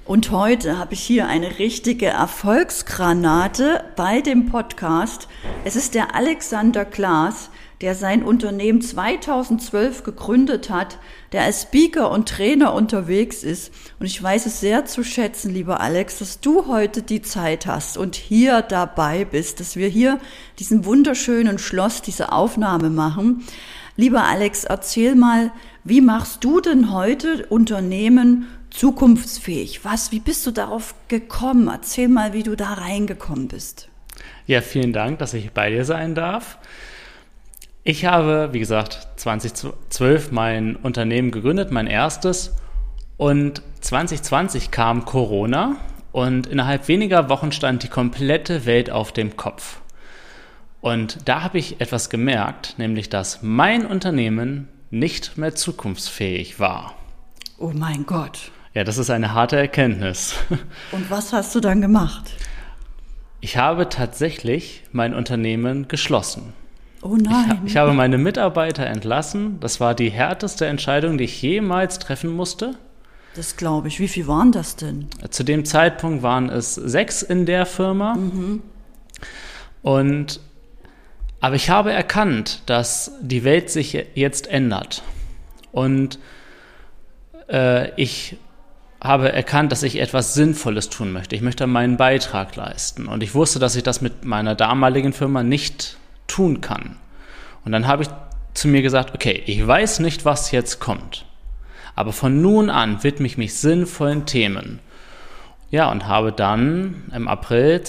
Und heute habe ich hier eine richtige Erfolgsgranate bei dem Podcast. Es ist der Alexander Klaas, der sein Unternehmen 2012 gegründet hat, der als Speaker und Trainer unterwegs ist. Und ich weiß es sehr zu schätzen, lieber Alex, dass du heute die Zeit hast und hier dabei bist, dass wir hier diesen wunderschönen Schloss, diese Aufnahme machen. Lieber Alex, erzähl mal, wie machst du denn heute Unternehmen zukunftsfähig? Wie bist du darauf gekommen? Erzähl mal, wie du da reingekommen bist. Ja, vielen Dank, dass ich bei dir sein darf. Ich habe, wie gesagt, 2012 mein Unternehmen gegründet, mein erstes. Und 2020 kam Corona und innerhalb weniger Wochen stand die komplette Welt auf dem Kopf. Und da habe ich etwas gemerkt, nämlich dass mein Unternehmen nicht mehr zukunftsfähig war. Oh mein Gott. Ja, das ist eine harte Erkenntnis. Und was hast du dann gemacht? Ich habe tatsächlich mein Unternehmen geschlossen. Oh nein. Ich habe meine Mitarbeiter entlassen. Das war die härteste Entscheidung, die ich jemals treffen musste. Das glaube ich. Wie viel waren das denn? Zu dem Zeitpunkt waren es 6 in der Firma. Aber ich habe erkannt, dass die Welt sich jetzt ändert. Und ich habe erkannt, dass ich etwas Sinnvolles tun möchte. Ich möchte meinen Beitrag leisten. Und ich wusste, dass ich das mit meiner damaligen Firma nicht tun kann. Und dann habe ich zu mir gesagt, okay, ich weiß nicht, was jetzt kommt. Aber von nun an widme ich mich sinnvollen Themen. Ja, und habe dann im April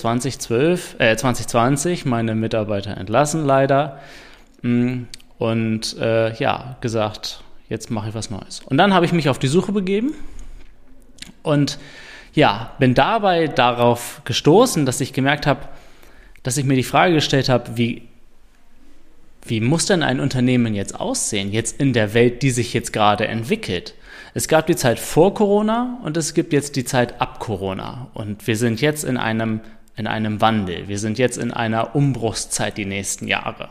2020 meine Mitarbeiter entlassen, leider. Und gesagt, jetzt mache ich was Neues. Und dann habe ich mich auf die Suche begeben. Und ja, bin dabei darauf gestoßen, dass ich gemerkt habe, dass ich mir die Frage gestellt habe, wie muss denn ein Unternehmen jetzt aussehen, jetzt in der Welt, die sich jetzt gerade entwickelt? Es gab die Zeit vor Corona und es gibt jetzt die Zeit ab Corona. Und wir sind jetzt in einem Wandel. Wir sind jetzt in einer Umbruchszeit die nächsten Jahre.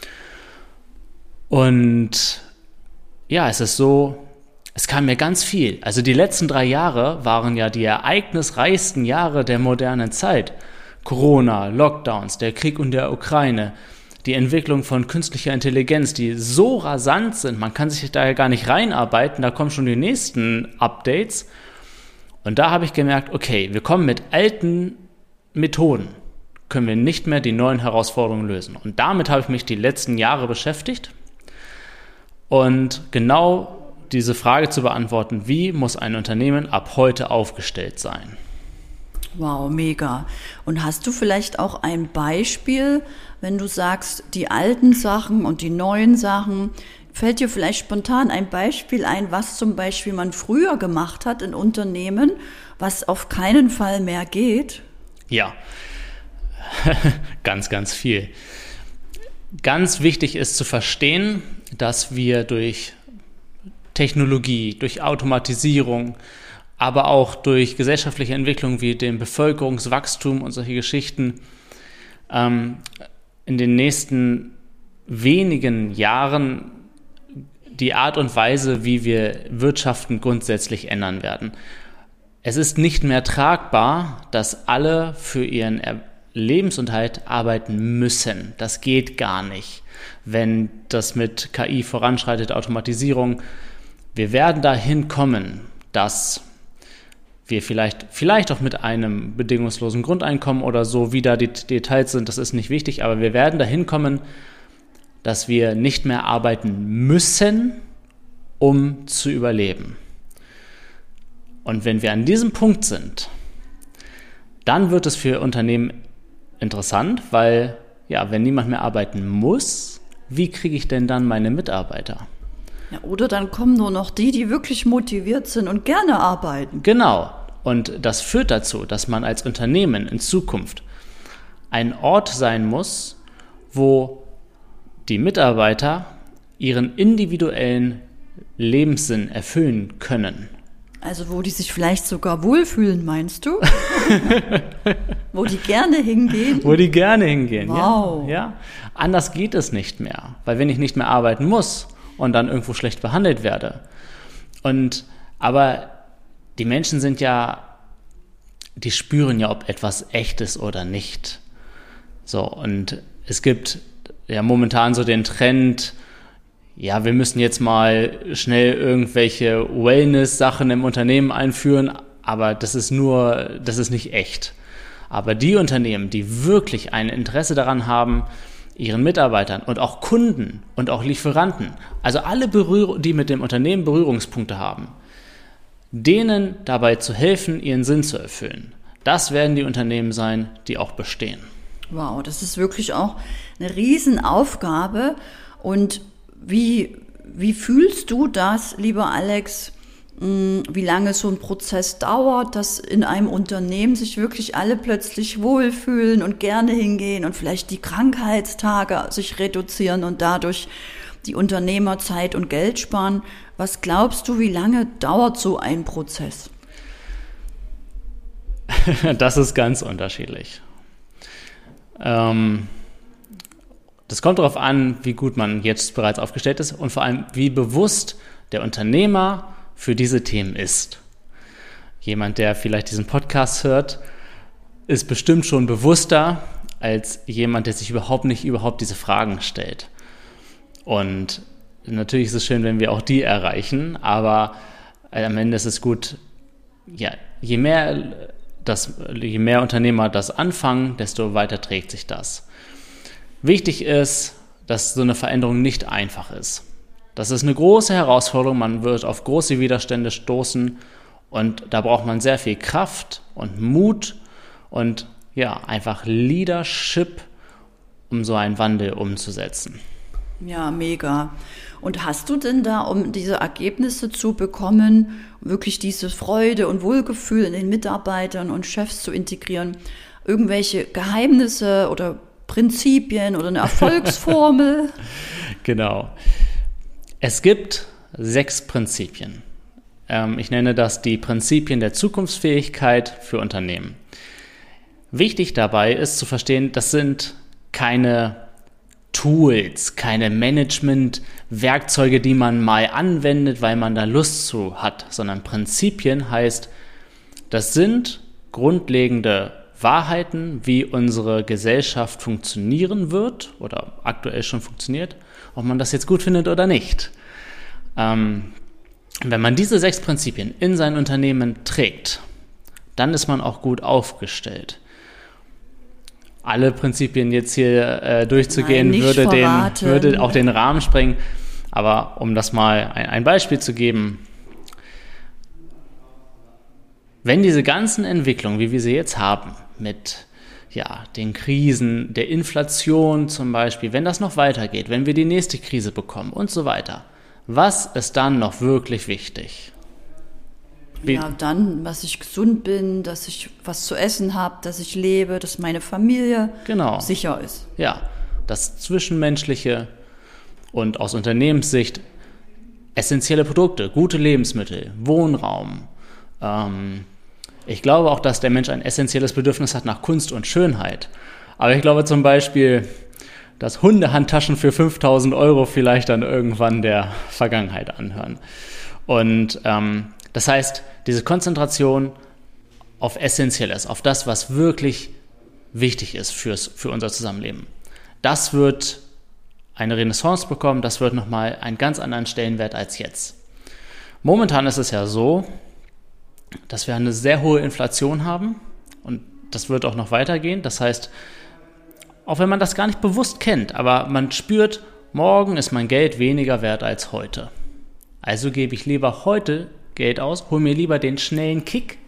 Und ja, es ist so, es kam mir ganz viel. Also die letzten 3 Jahre waren ja die ereignisreichsten Jahre der modernen Zeit. Corona, Lockdowns, der Krieg in der Ukraine, die Entwicklung von künstlicher Intelligenz, die so rasant sind, man kann sich da ja gar nicht reinarbeiten, da kommen schon die nächsten Updates. Und da habe ich gemerkt, okay, wir kommen mit alten Methoden, können wir nicht mehr die neuen Herausforderungen lösen. Und damit habe ich mich die letzten Jahre beschäftigt. Und genau diese Frage zu beantworten, wie muss ein Unternehmen ab heute aufgestellt sein? Wow, mega. Und hast du vielleicht auch ein Beispiel, wenn du sagst, die alten Sachen und die neuen Sachen, fällt dir vielleicht spontan ein Beispiel ein, was zum Beispiel man früher gemacht hat in Unternehmen, was auf keinen Fall mehr geht? Ja, ganz, ganz viel. Ganz wichtig ist zu verstehen, dass wir durch Technologie, durch Automatisierung, aber auch durch gesellschaftliche Entwicklung wie dem Bevölkerungswachstum und solche Geschichten in den nächsten wenigen Jahren die Art und Weise, wie wir wirtschaften, grundsätzlich ändern werden. Es ist nicht mehr tragbar, dass alle für ihren Lebensunterhalt arbeiten müssen. Das geht gar nicht, wenn das mit KI voranschreitet, Automatisierung. Wir werden dahin kommen, dass wir vielleicht auch mit einem bedingungslosen Grundeinkommen oder so, wie da die Details sind, das ist nicht wichtig, aber wir werden dahin kommen, dass wir nicht mehr arbeiten müssen, um zu überleben. Und wenn wir an diesem Punkt sind, dann wird es für Unternehmen interessant, weil, ja, wenn niemand mehr arbeiten muss, wie kriege ich denn dann meine Mitarbeiter? Ja, oder dann kommen nur noch die wirklich motiviert sind und gerne arbeiten. Genau. Und das führt dazu, dass man als Unternehmen in Zukunft ein Ort sein muss, wo die Mitarbeiter ihren individuellen Lebenssinn erfüllen können. Also wo die sich vielleicht sogar wohlfühlen, meinst du? Wo die gerne hingehen? Wo die gerne hingehen, wow. Ja. Anders geht es nicht mehr, weil wenn ich nicht mehr arbeiten muss und dann irgendwo schlecht behandelt werde. Aber die Menschen sind ja die spüren ja, ob etwas echt ist oder nicht. So, und es gibt ja momentan so den Trend, ja, wir müssen jetzt mal schnell irgendwelche Wellness-Sachen im Unternehmen einführen, aber das ist nicht echt. Aber die Unternehmen, die wirklich ein Interesse daran haben, ihren Mitarbeitern und auch Kunden und auch Lieferanten, also alle, die mit dem Unternehmen Berührungspunkte haben, denen dabei zu helfen, ihren Sinn zu erfüllen. Das werden die Unternehmen sein, die auch bestehen. Wow, das ist wirklich auch eine Riesenaufgabe. Und wie fühlst du das, lieber Alex, wie lange so ein Prozess dauert, dass in einem Unternehmen sich wirklich alle plötzlich wohlfühlen und gerne hingehen und vielleicht die Krankheitstage sich reduzieren und dadurch die Unternehmer Zeit und Geld sparen? Was glaubst du, wie lange dauert so ein Prozess? Das ist ganz unterschiedlich. Das kommt darauf an, wie gut man jetzt bereits aufgestellt ist und vor allem, wie bewusst der Unternehmer für diese Themen ist. Jemand, der vielleicht diesen Podcast hört, ist bestimmt schon bewusster als jemand, der sich überhaupt diese Fragen stellt. Und natürlich ist es schön, wenn wir auch die erreichen, aber am Ende ist es gut, ja, je mehr Unternehmer das anfangen, desto weiter trägt sich das. Wichtig ist, dass so eine Veränderung nicht einfach ist. Das ist eine große Herausforderung, man wird auf große Widerstände stoßen und da braucht man sehr viel Kraft und Mut und ja, einfach Leadership, um so einen Wandel umzusetzen. Ja, mega. Und hast du denn da, um diese Ergebnisse zu bekommen, wirklich diese Freude und Wohlgefühl in den Mitarbeitern und Chefs zu integrieren, irgendwelche Geheimnisse oder Prinzipien oder eine Erfolgsformel? Genau. Es gibt 6 Prinzipien. Ich nenne das die Prinzipien der Zukunftsfähigkeit für Unternehmen. Wichtig dabei ist zu verstehen, das sind keine Tools, keine Management-Werkzeuge, die man mal anwendet, weil man da Lust zu hat, sondern Prinzipien heißt, das sind grundlegende Wahrheiten, wie unsere Gesellschaft funktionieren wird oder aktuell schon funktioniert, ob man das jetzt gut findet oder nicht. Wenn man diese 6 Prinzipien in sein Unternehmen trägt, dann ist man auch gut aufgestellt. Alle Prinzipien jetzt hier durchzugehen, würde auch den Rahmen sprengen. Aber um das mal ein Beispiel zu geben, wenn diese ganzen Entwicklungen, wie wir sie jetzt haben, mit den Krisen, der Inflation zum Beispiel, wenn das noch weitergeht, wenn wir die nächste Krise bekommen und so weiter, was ist dann noch wirklich wichtig? Ja, dann, dass ich gesund bin, dass ich was zu essen habe, dass ich lebe, dass meine Familie sicher ist. Ja, das Zwischenmenschliche und aus Unternehmenssicht essentielle Produkte, gute Lebensmittel, Wohnraum. Ich glaube auch, dass der Mensch ein essentielles Bedürfnis hat nach Kunst und Schönheit. Aber ich glaube zum Beispiel, dass Hundehandtaschen für 5.000 € vielleicht dann irgendwann der Vergangenheit anhören. Und das heißt, diese Konzentration auf Essentielles, auf das, was wirklich wichtig ist für unser Zusammenleben, das wird eine Renaissance bekommen, das wird nochmal einen ganz anderen Stellenwert als jetzt. Momentan ist es ja so, dass wir eine sehr hohe Inflation haben und das wird auch noch weitergehen. Das heißt, auch wenn man das gar nicht bewusst kennt, aber man spürt, morgen ist mein Geld weniger wert als heute. Also gebe ich lieber heute Geld aus, hole mir lieber den schnellen Kick.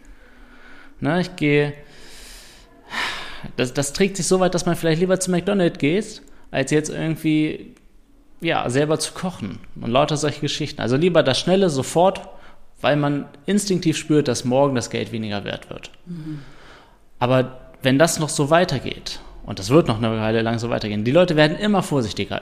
Das trägt sich so weit, dass man vielleicht lieber zu McDonald's geht, als jetzt irgendwie selber zu kochen und lauter solche Geschichten. Also lieber das Schnelle sofort, weil man instinktiv spürt, dass morgen das Geld weniger wert wird. Mhm. Aber wenn das noch so weitergeht, und das wird noch eine Weile lang so weitergehen, die Leute werden immer vorsichtiger.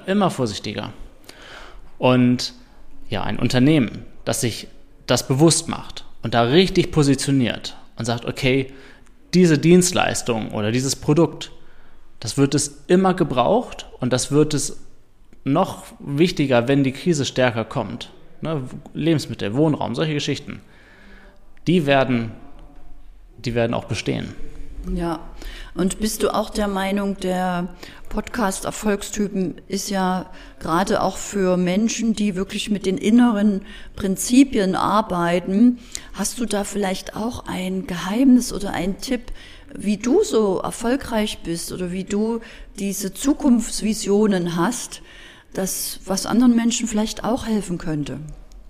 Und ein Unternehmen, das sich das bewusst macht und da richtig positioniert und sagt, okay, diese Dienstleistung oder dieses Produkt, das wird es immer gebraucht und das wird es noch wichtiger, wenn die Krise stärker kommt. Lebensmittel, Wohnraum, solche Geschichten, die werden die werden auch bestehen. Ja, und bist du auch der Meinung, der Podcast-Erfolgstypen ist ja gerade auch für Menschen, die wirklich mit den inneren Prinzipien arbeiten. Hast du da vielleicht auch ein Geheimnis oder einen Tipp, wie du so erfolgreich bist oder wie du diese Zukunftsvisionen hast, das, was anderen Menschen vielleicht auch helfen könnte?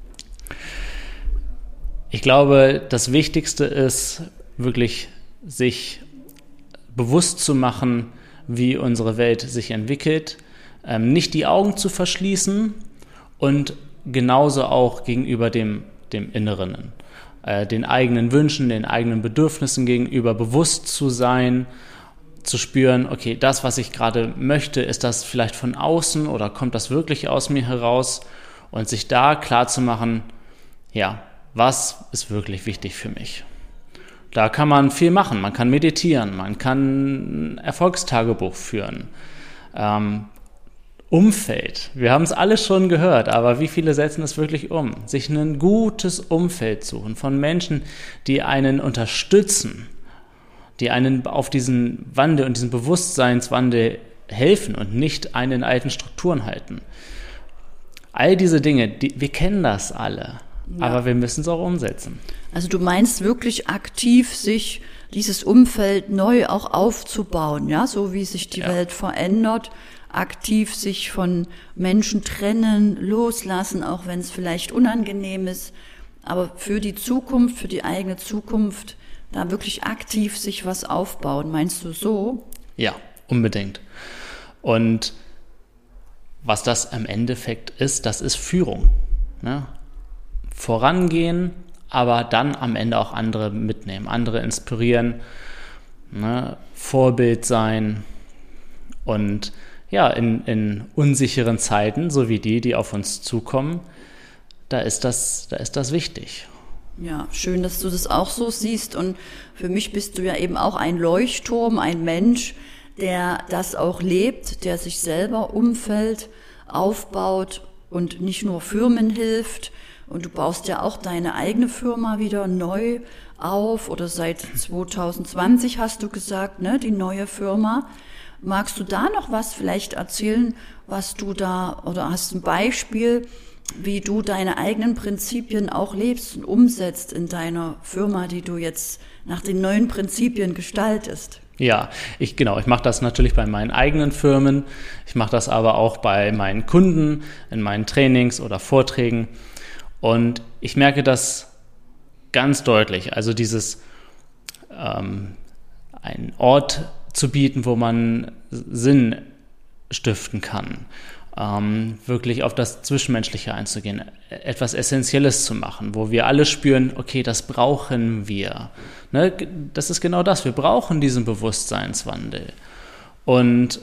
Ich glaube, das Wichtigste ist wirklich, sich bewusst zu machen, wie unsere Welt sich entwickelt, nicht die Augen zu verschließen und genauso auch gegenüber dem Inneren, den eigenen Wünschen, den eigenen Bedürfnissen gegenüber bewusst zu sein, zu spüren, okay, das, was ich gerade möchte, ist das vielleicht von außen oder kommt das wirklich aus mir heraus, und sich da klar zu machen, ja, was ist wirklich wichtig für mich. Da kann man viel machen, man kann meditieren, man kann ein Erfolgstagebuch führen. Umfeld, wir haben es alle schon gehört, aber wie viele setzen es wirklich um? Sich ein gutes Umfeld suchen von Menschen, die einen unterstützen, die einen auf diesen Wandel und diesen Bewusstseinswandel helfen und nicht einen in alten Strukturen halten. All diese Dinge, wir kennen das alle. Ja. Aber wir müssen es auch umsetzen. Also du meinst wirklich aktiv, sich dieses Umfeld neu auch aufzubauen, ja, so wie sich die Welt verändert, aktiv sich von Menschen trennen, loslassen, auch wenn es vielleicht unangenehm ist, aber für die Zukunft, für die eigene Zukunft, da wirklich aktiv sich was aufbauen. Meinst du so? Ja, unbedingt. Und was das im Endeffekt ist, das ist Führung, ne? Vorangehen, aber dann am Ende auch andere mitnehmen, andere inspirieren, ne? Vorbild sein und ja, in unsicheren Zeiten, so wie die auf uns zukommen, da ist das wichtig. Ja, schön, dass du das auch so siehst, und für mich bist du ja eben auch ein Leuchtturm, ein Mensch, der das auch lebt, der sich selber Umfeld aufbaut und nicht nur Firmen hilft. Und du baust ja auch deine eigene Firma wieder neu auf, oder seit 2020 hast du gesagt, ne, die neue Firma. Magst du da noch was vielleicht erzählen, was du da, oder hast ein Beispiel, wie du deine eigenen Prinzipien auch lebst und umsetzt in deiner Firma, die du jetzt nach den neuen Prinzipien gestaltest? Ja, ich mache das natürlich bei meinen eigenen Firmen. Ich mache das aber auch bei meinen Kunden, in meinen Trainings oder Vorträgen. Und ich merke das ganz deutlich. Also dieses einen Ort zu bieten, wo man Sinn stiften kann, wirklich auf das Zwischenmenschliche einzugehen, etwas Essentielles zu machen, wo wir alle spüren, okay, das brauchen wir. Ne? Das ist genau das, wir brauchen diesen Bewusstseinswandel. Und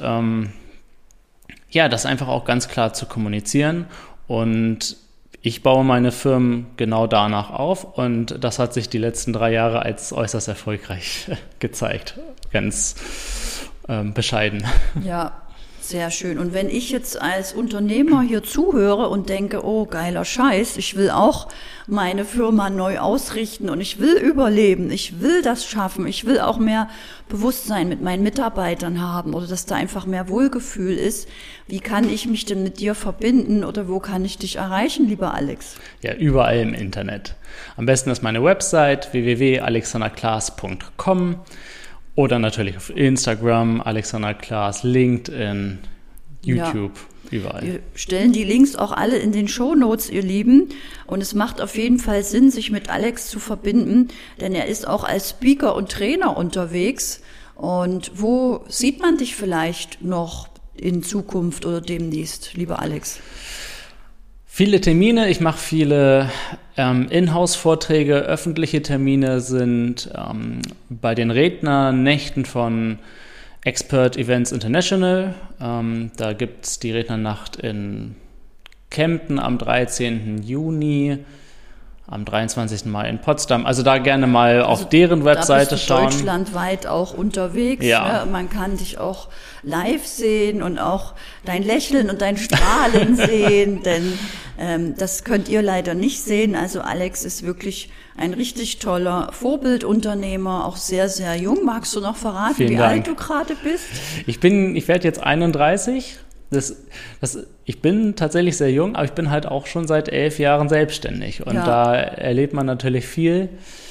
das einfach auch ganz klar zu kommunizieren. Und ich baue meine Firmen genau danach auf, und das hat sich die letzten 3 Jahre als äußerst erfolgreich gezeigt. Ganz bescheiden. Ja, sehr schön. Und wenn ich jetzt als Unternehmer hier zuhöre und denke, oh, geiler Scheiß, ich will auch meine Firma neu ausrichten und ich will überleben, ich will das schaffen, ich will auch mehr Bewusstsein mit meinen Mitarbeitern haben oder dass da einfach mehr Wohlgefühl ist, wie kann ich mich denn mit dir verbinden oder wo kann ich dich erreichen, lieber Alex? Ja, überall im Internet. Am besten ist meine Website www.alexanderklaas.com. Oder natürlich auf Instagram, Alexander Klaas, LinkedIn, YouTube, überall. Wir stellen die Links auch alle in den Shownotes, ihr Lieben. Und es macht auf jeden Fall Sinn, sich mit Alex zu verbinden, denn er ist auch als Speaker und Trainer unterwegs. Und wo sieht man dich vielleicht noch in Zukunft oder demnächst, lieber Alex? Viele Termine, ich mache viele Inhouse-Vorträge, öffentliche Termine sind bei den Rednernächten von Expert Events International. Da gibt es die Rednernacht in Kempten am 13. Juni, am 23. Mai in Potsdam. Also da gerne mal auf deren Webseite schauen. Da bist du deutschlandweit auch unterwegs. Ja. Ne? Man kann dich auch live sehen und auch dein Lächeln und dein Strahlen sehen, denn das könnt ihr leider nicht sehen. Also Alex ist wirklich ein richtig toller Vorbildunternehmer, auch sehr, sehr jung. Magst du noch verraten, Vielen wie Dank. alt du gerade bist? Ich werde jetzt 31. Ich bin tatsächlich sehr jung, aber ich bin halt auch schon seit 11 Jahren selbstständig. Und da erlebt man natürlich viel.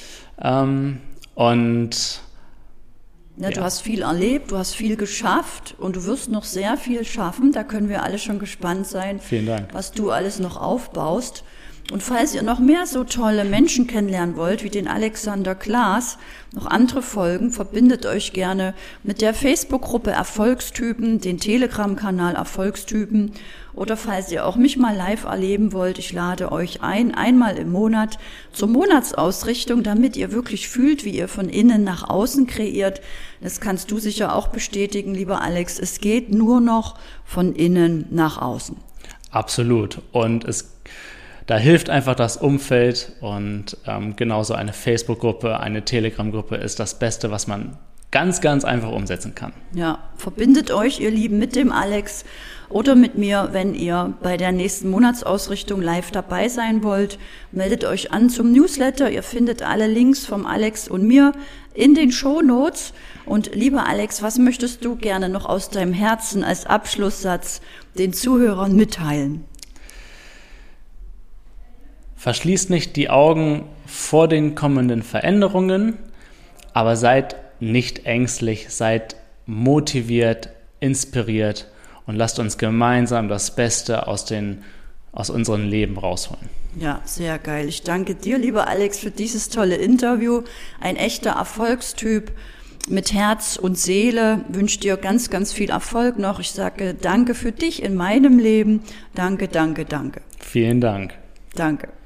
Du hast viel erlebt, du hast viel geschafft und du wirst noch sehr viel schaffen. Da können wir alle schon gespannt sein, Vielen Dank. Was du alles noch aufbaust. Und falls ihr noch mehr so tolle Menschen kennenlernen wollt, wie den Alexander Klaas, noch andere Folgen, verbindet euch gerne mit der Facebook-Gruppe Erfolgstypen, den Telegram-Kanal Erfolgstypen. Oder falls ihr auch mich mal live erleben wollt, ich lade euch einmal im Monat zur Monatsausrichtung, damit ihr wirklich fühlt, wie ihr von innen nach außen kreiert. Das kannst du sicher auch bestätigen, lieber Alex. Es geht nur noch von innen nach außen. Absolut. Und da hilft einfach das Umfeld und genauso eine Facebook-Gruppe, eine Telegram-Gruppe ist das Beste, was man ganz, ganz einfach umsetzen kann. Ja, verbindet euch, ihr Lieben, mit dem Alex oder mit mir, wenn ihr bei der nächsten Monatsausrichtung live dabei sein wollt. Meldet euch an zum Newsletter. Ihr findet alle Links vom Alex und mir in den Shownotes. Und lieber Alex, was möchtest du gerne noch aus deinem Herzen als Abschlusssatz den Zuhörern mitteilen? Verschließt nicht die Augen vor den kommenden Veränderungen, aber seid nicht ängstlich, seid motiviert, inspiriert und lasst uns gemeinsam das Beste aus unserem Leben rausholen. Ja, sehr geil. Ich danke dir, lieber Alex, für dieses tolle Interview. Ein echter Erfolgstyp mit Herz und Seele. Wünsche dir ganz, ganz viel Erfolg noch. Ich sage danke für dich in meinem Leben. Danke, danke, danke. Vielen Dank. Danke.